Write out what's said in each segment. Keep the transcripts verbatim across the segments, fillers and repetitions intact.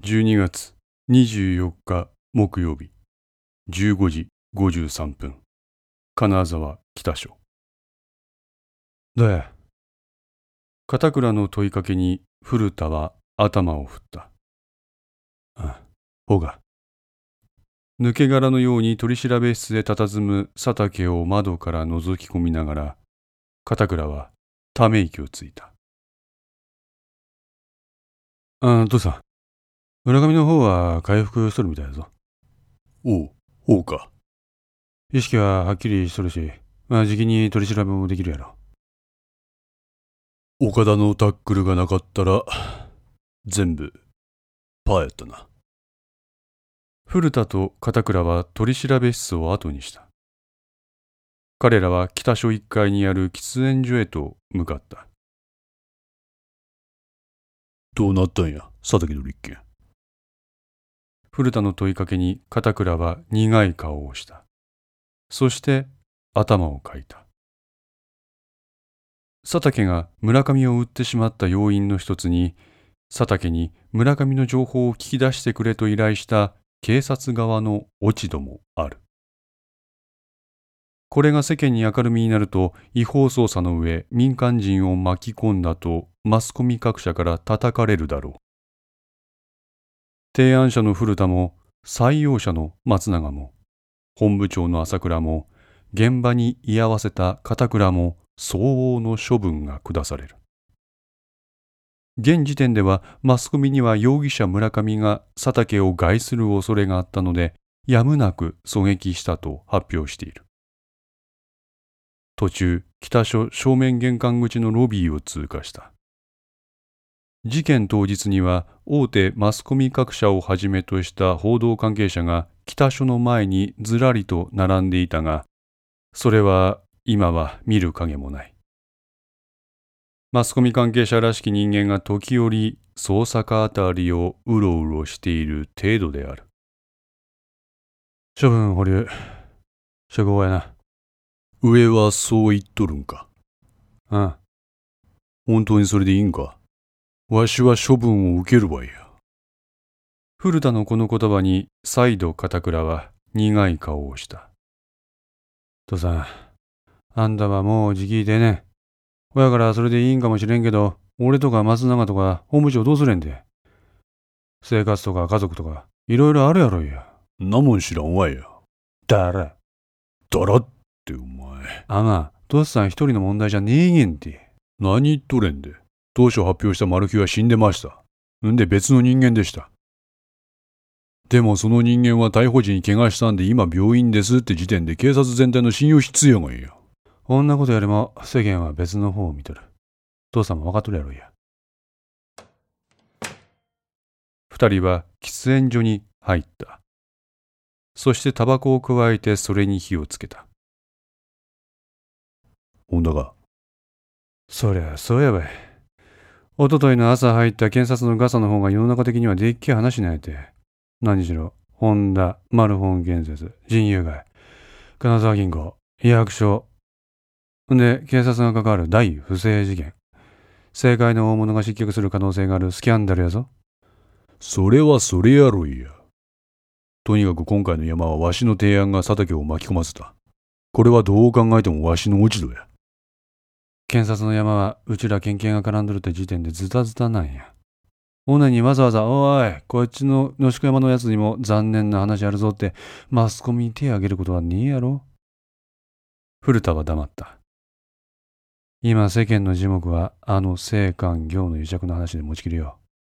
じゅうにがつにじゅうよっか木曜日じゅうごじごじゅうさんぷん金沢北署。どうや。片倉の問いかけに古田は頭を振った。ああ、ほうが。抜け殻のように取調室で佇む佐竹を窓から覗き込みながら、片倉はため息をついた。ああ、父さん、村上の方は回復しとるみたいだぞ。 おう、ほうか。 意識ははっきりしとるし、まあ、じきに取り調べもできるやろ。 岡田のタックルがなかったら、全部、パーやったな。 古田と片倉は取り調べ室を後にした。彼らは北署いっかいにある喫煙所へと向かった。 どうなったんや、佐竹の立件。 古田の問いかけに片倉は苦い顔をした。そして頭をかいた。佐竹が村上を撃ってしまった要因の一つに、佐竹に村上の情報を聞き出してくれと依頼した警察側の落ち度もある。これが世間に明るみになると、違法捜査の上民間人を巻き込んだとマスコミ各社から叩かれるだろう。提案者の古田も採用者の松永も本部長の朝倉も現場に居合わせた片倉も相応の処分が下される。現時点ではマスコミには容疑者村上が佐竹を害する恐れがあったので、やむなく狙撃したと発表している。途中、北署正面玄関口のロビーを通過した。事件当日には大手マスコミ各社をはじめとした報道関係者が北署の前にずらりと並んでいたが、それは今は見る影もない。マスコミ関係者らしき人間が時折捜査課あたりをうろうろしている程度である。処分保留。処方やな。 上はそう言っとるんか。 ああ。 本当にそれでいいんか。わしは処分を受けるわいや。 古田のこの言葉に再度片倉は苦い顔をした。父さん、あんたはもうじきでね。親からそれでいいんかもしれんけど、俺とか松永とか本部長どうすれんで。生活とか家族とかいろいろあるやろいや。 なもん知らんわいや。 だら。 だらってお前。 あま、父さん一人の問題じゃねえげんて。 何言っとれんで。当初発表したマルキは死んでました。んで別の人間でした。でもその人間は逮捕時に怪我したんで今病院ですって時点で警察全体の信用必要がいいよ。 こんなことよりも世間は別の方を見とる。父さんも分かっとるやろいや。二人は喫煙所に入った。そしてタバコをくわえてそれに火をつけた。 ほんだが。 そりゃそうやばい。おとといの朝入った検察のガサの方が世の中的にはでっけえ話なんやて。何しろ、ホンダ、マルホン建設、人友街、金沢銀行、医薬所。んで、警察が関わる大不正事件。政界の大物が失脚する可能性があるスキャンダルやぞ。 それはそれやろいや。とにかく今回の山はわしの提案が佐竹を巻き込ませた。これはどう考えてもわしの落ち度や。 検察の山はうちら県警が絡んどるって時点でズタズタなんや。おねにわざわざ、おい、こっちの野宿山のやつにも残念な話あるぞってマスコミに手を挙げることはねえやろ。古田は黙った。今世間の耳目はあの政官業の癒着の話で持ちきるよ。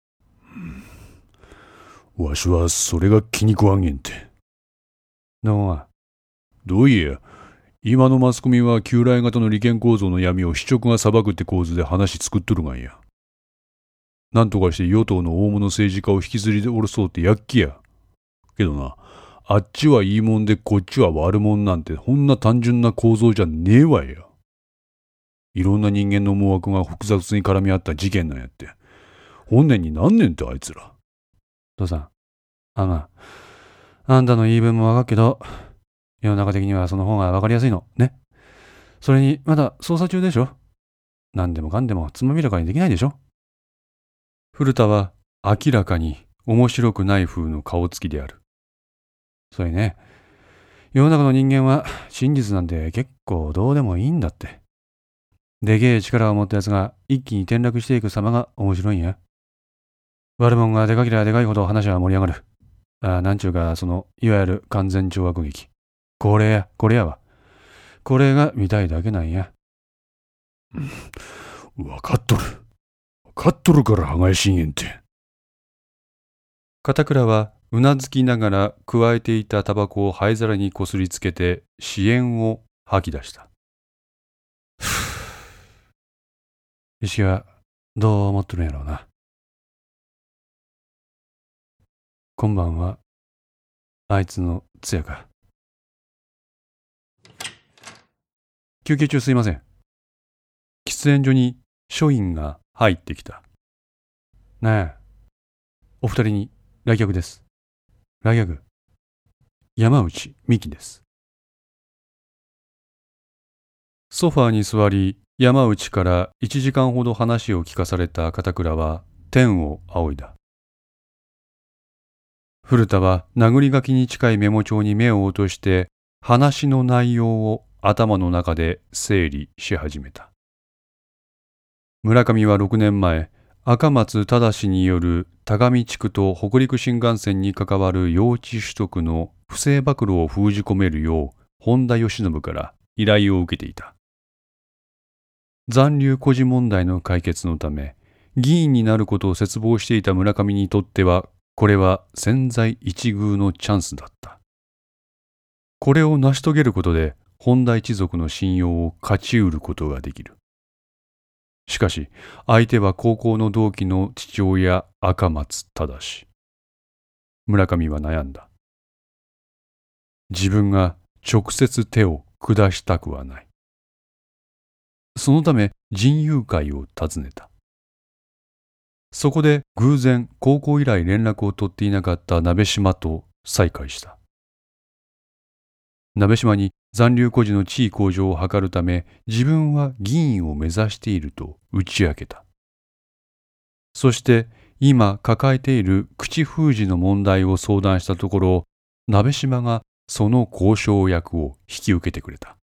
わしはそれが気に食わんげんて。 どうは。 どういや。今のマスコミは旧来型の利権構造の闇を市直が裁くって構図で話作っとるがんや。なんとかして与党の大物政治家を引きずり下ろそうって躍起や。けどな、あっちはいいもんでこっちは悪もんなんてほんな単純な構造じゃねえわや。いろんな人間の思惑が複雑に絡み合った事件なんやって。本年に何年ってあいつら。 父さん、あまあ、あんたの言い分もわかるけど、世の中的にはその方がわかりやすいの。ね。それに、まだ捜査中でしょ。何でもかんでもつまびらかにできないでしょ。古田は明らかに面白くない風の顔つきである。それね、世の中の人間は真実なんて結構どうでもいいんだって。でけえ力を持ったやつが一気に転落していく様が面白いんや。悪者がでかけりゃでかいほど話は盛り上がる。ああ、なんちゅうか、その、いわゆる完全懲悪劇。これや、これやわ。これが見たいだけなんや。 わかっとる。わかっとるから羽交い信玄って。 片倉はうなずきながら加えていたタバコを灰皿にこすりつけて支援を吐き出した。石はどう思っとるんやろうな。今晩はあいつのつやか。休憩中すいません。喫煙所に署員が入ってきた。ねえ、お二人に来客です。来客、山内美希です。ソファーに座り、山内から一時間ほど話を聞かされた片倉は天を仰いだ。古田は殴り書きに近いメモ帳に目を落として話の内容を頭の中で整理し始めた。村上はろくねんまえ、赤松忠による田上地区と北陸新幹線に関わる用地取得の不正暴露を封じ込めるよう本田義信から依頼を受けていた。残留孤児問題の解決のため議員になることを切望していた村上にとってはこれは千載一遇のチャンスだった。これを成し遂げることで本田一族の信用を勝ち得ることができる。しかし相手は高校の同期の父親赤松忠。村上は悩んだ。自分が直接手を下したくはない。そのため人友会を訪ねた。そこで偶然高校以来連絡を取っていなかった鍋島と再会した。鍋島に残留孤児の地位向上を図るため自分は議員を目指していると打ち明けた。そして今抱えている口封じの問題を相談したところ、鍋島がその交渉役を引き受けてくれた。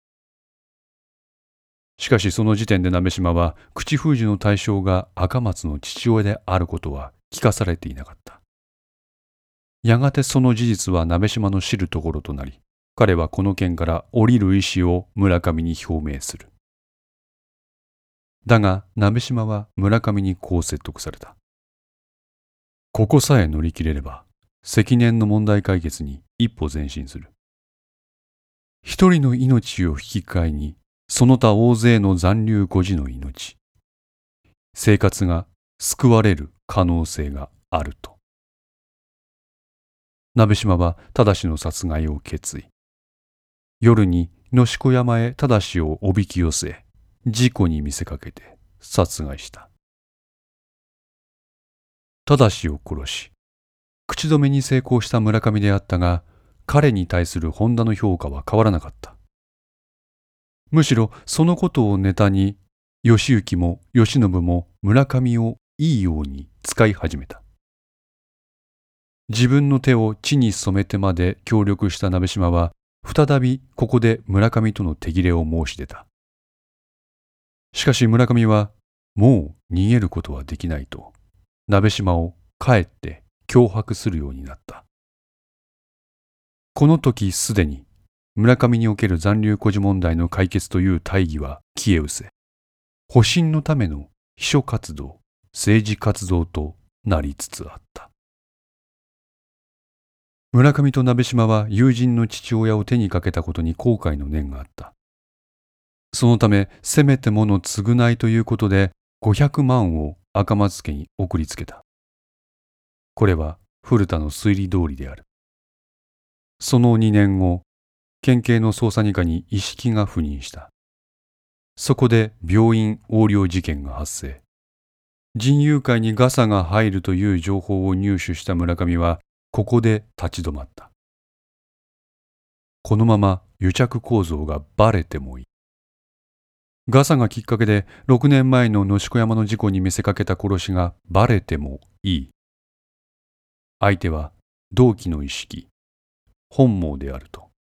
しかしその時点で鍋島は口封じの対象が赤松の父親であることは聞かされていなかった。やがてその事実は鍋島の知るところとなり、彼はこの件から降りる意思を村上に表明する。だが鍋島は村上にこう説得された。ここさえ乗り切れれば積年の問題解決に一歩前進する。一人の命を引き換えにその他大勢の残留孤児の命、生活が救われる可能性があると。鍋島は忠の殺害を決意。夜に野子山へ忠をおびき寄せ、事故に見せかけて殺害した。忠を殺し、口止めに成功した村上であったが、彼に対する本田の評価は変わらなかった。むしろそのことをネタに、義行も義信も村上をいいように使い始めた。自分の手を地に染めてまで協力した鍋島は、再びここで村上との手切れを申し出た。しかし村上は、もう逃げることはできないと、鍋島をかえって脅迫するようになった。この時すでに、村上における残留孤児問題の解決という大義は消え失せ、保身のための秘書活動、政治活動となりつつあった。村上と鍋島は友人の父親を手にかけたことに後悔の念があった。そのため、せめてもの償いということで、ごひゃくまんを赤松家に送りつけた。これは古田の推理通りである。そのにねんご、県警の捜査二課に一色が赴任した。そこで病院横領事件が発生。人友会にガサが入るという情報を入手した村上は、ここで立ち止まった。このまま癒着構造がバレてもいい。ガサがきっかけでろくねんまえの野子山の事故に見せかけた殺しがバレてもいい。 相手は同期の意識、本望であると。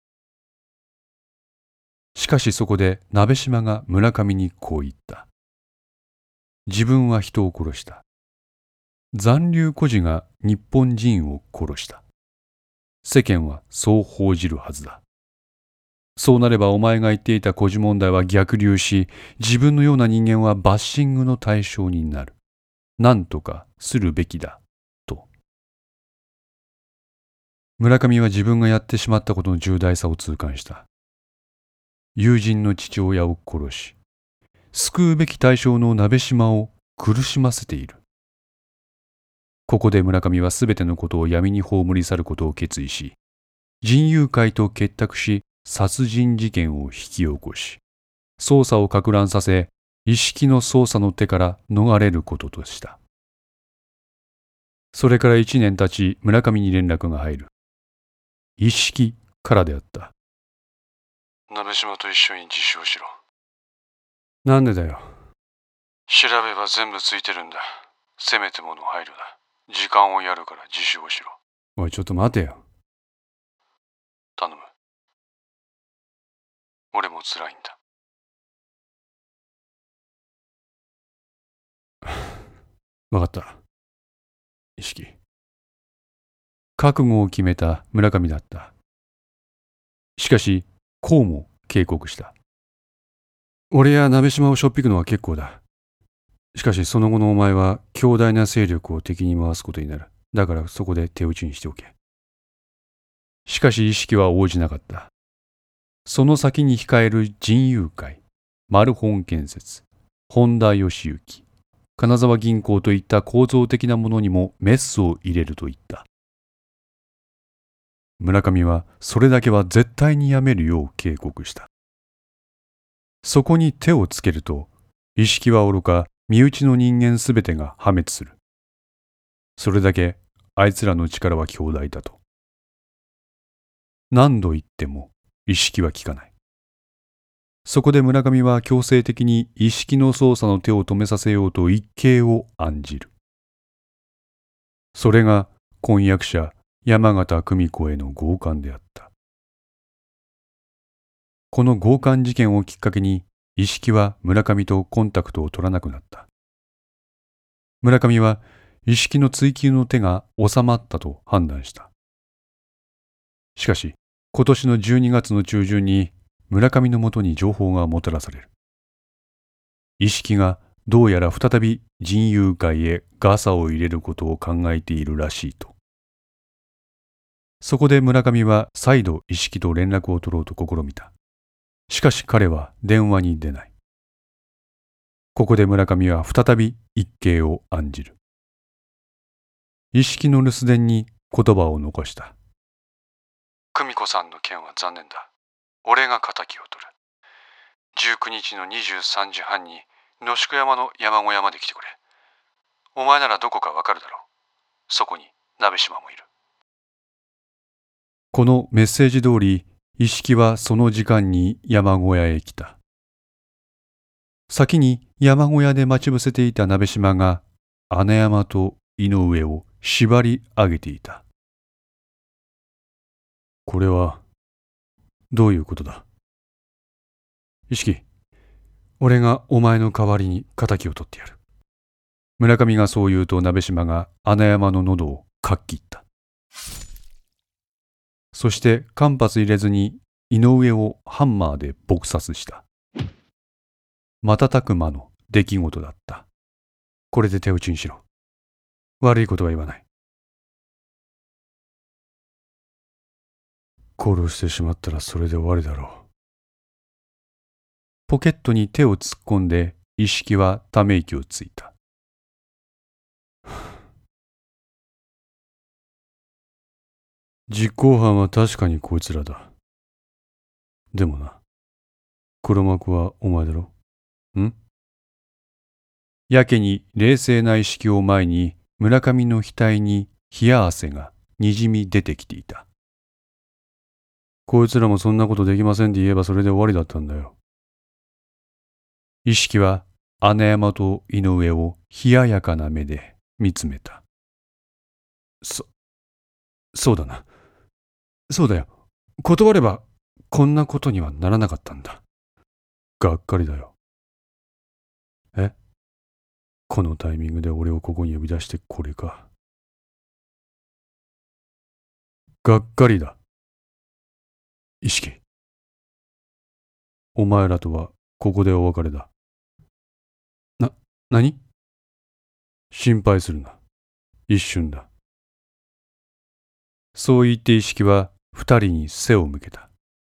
しかしそこで鍋島が村上にこう言った。自分は人を殺した。残留孤児が日本人を殺した。世間はそう報じるはずだ。そうなればお前が言っていた孤児問題は逆流し、自分のような人間はバッシングの対象になる。なんとかするべきだ、と。村上は自分がやってしまったことの重大さを痛感した。友人の父親を殺し、救うべき対象の鍋島を苦しませている。ここで村上はすべてのことを闇に葬り去ることを決意し、人友会と結託し殺人事件を引き起こし、捜査を攪乱させ、一色の捜査の手から逃れることとした。それから一年経ち、村上に連絡が入る。一色からであった。 鍋島と一緒に自首をしろ。 なんでだよ。 調べば全部ついてるんだ。せめてもの配慮だ。時間をやるから自首をしろ。 おい、ちょっと待てよ。 頼む。俺も辛いんだ。 わかった。意識。覚悟を決めた村上だった。しかし、こうも警告した。俺や鍋島をしょっぴくのは結構だ。しかしその後のお前は強大な勢力を敵に回すことになる。だからそこで手打ちにしておけ。しかし意識は応じなかった。その先に控える人友会、マルホン建設、本田義行、金沢銀行といった構造的なものにもメスを入れると言った。村上はそれだけは絶対にやめるよう警告した。そこに手をつけると、意識は愚か、身内の人間すべてが破滅する。それだけあいつらの力は強大だと。何度言っても意識は効かない。そこで村上は強制的に意識の操作の手を止めさせようと一計を案じる。それが婚約者山形久美子への強姦であった。この強姦事件をきっかけに意識は村上とコンタクトを取らなくなった。村上は意識の追及の手が収まったと判断した。しかし今年のじゅうにがつの中旬に村上のもとに情報がもたらされる。意識がどうやら再び人友会へガサを入れることを考えているらしいと。そこで村上は再度意識と連絡を取ろうと試みた。しかし彼は電話に出ない。ここで村上は再び一計を案じる。意識の留守電に言葉を残した。 久美子さんの件は残念だ。俺が仇を取る。じゅうくにちのにじゅうさんじはんに野宿山の山小屋まで来てくれ。お前ならどこかわかるだろう。そこに鍋島もいる。 このメッセージ通り、意識はその時間に山小屋へ来た。先に山小屋で待ち伏せていた鍋島が穴山と井上を縛り上げていた。これはどういうことだ。意識、俺がお前の代わりに仇を取ってやる。村上がそう言うと鍋島が穴山の喉をかっ切った。そして間髪入れずに井上をハンマーで撲殺した。瞬く間の出来事だった。これで手打ちにしろ。悪いことは言わない。殺してしまったらそれで終わりだろう。ポケットに手を突っ込んで意識はため息をついた。実行犯は確かにこいつらだ。でもな、黒幕はお前だろ。ん？やけに冷静な意識を前に村上の額に冷や汗がにじみ出てきていた。こいつらもそんなことできませんって言えばそれで終わりだったんだよ。意識は穴山と井上を冷ややかな目で見つめた。そ、 そうだな。そうだよ。断ればこんなことにはならなかったんだ。 がっかりだよ。 え？ このタイミングで俺をここに呼び出してこれか。 がっかりだ。 意識。お前らとはここでお別れだ。 な、何？ 心配するな。一瞬だ。 そう言って意識は二人に背を向けた。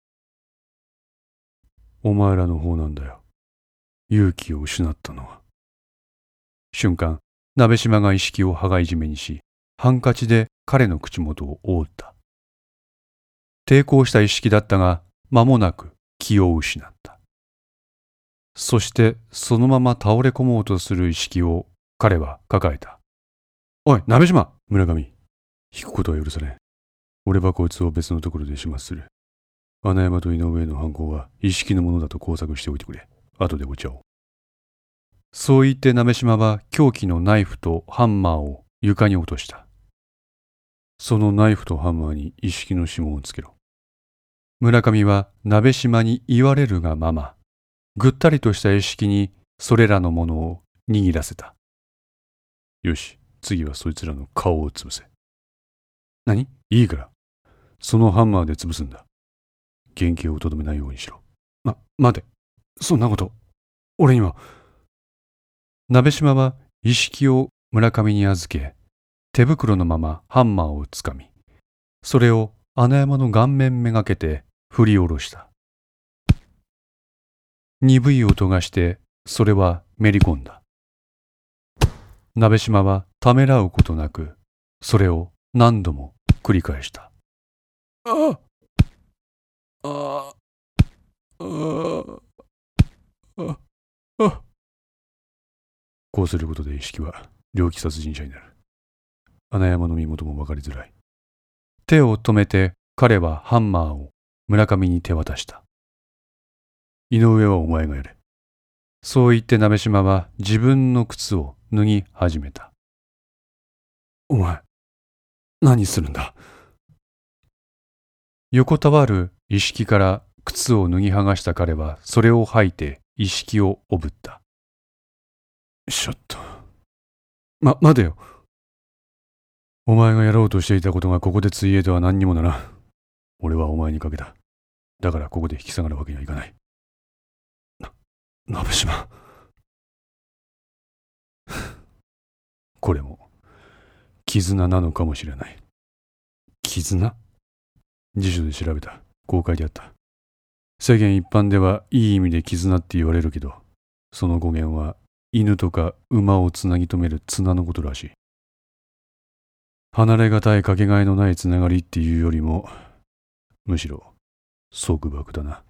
お前らの方なんだよ。勇気を失ったのは。 瞬間、鍋島が意識を羽交い締めにし、ハンカチで彼の口元を覆った。抵抗した意識だったが、間もなく気を失った。そしてそのまま倒れ込もうとする意識を彼は抱えた。おい、鍋島！ 村上、引くことは許されん。俺はこいつを別のところで始末する。穴山と井上への犯行は意識のものだと工作しておいてくれ。後でお茶を。 そう言って鍋島は凶器のナイフとハンマーを床に落とした。 そのナイフとハンマーに意識の指紋をつけろ。 村上は鍋島に言われるがまま、ぐったりとした意識にそれらのものを握らせた。 よし、次はそいつらの顔を潰せ。 何？ いいから。そのハンマーで潰すんだ。原型をとどめないようにしろ。 ま、待て。そんなこと、俺には。鍋島は意識を村上に預け、手袋のままハンマーをつかみ、それを穴山の顔面めがけて振り下ろした。鈍い音がして、それはめり込んだ。鍋島はためらうことなく、それを何度も繰り返した。 あああああこうすることで意識は猟奇殺人者になる。穴山の身元も分かりづらい。 手を止めて彼はハンマーを村上に手渡した。 井上はお前がやれ。 そう言って鍋島は自分の靴を脱ぎ始めた。 お前、何するんだ。 横たわる意識から靴を脱ぎ剥がした彼はそれを履いて意識をおぶった。 ちょっと。 ま、待てよ。 お前がやろうとしていたことがここでついえとは何にもならん。俺はお前にかけた。だからここで引き下がるわけにはいかない。な、鍋島。これも、絆なのかもしれない。 絆？ 辞書で調べた。こう書いてあった。世間一般ではいい意味で絆って言われるけど、その語源は犬とか馬をつなぎ止める綱のことらしい。離れがたいかけがえのないつながりっていうよりも、むしろ束縛だな。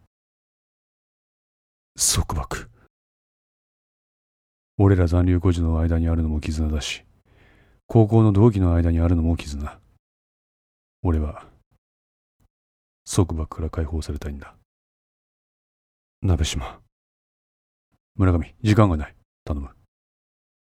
束縛。 俺ら残留孤児の間にあるのも絆だし、高校の同期の間にあるのも絆。俺は束縛から解放されたいんだ。 鍋島。 村上、時間がない。頼む。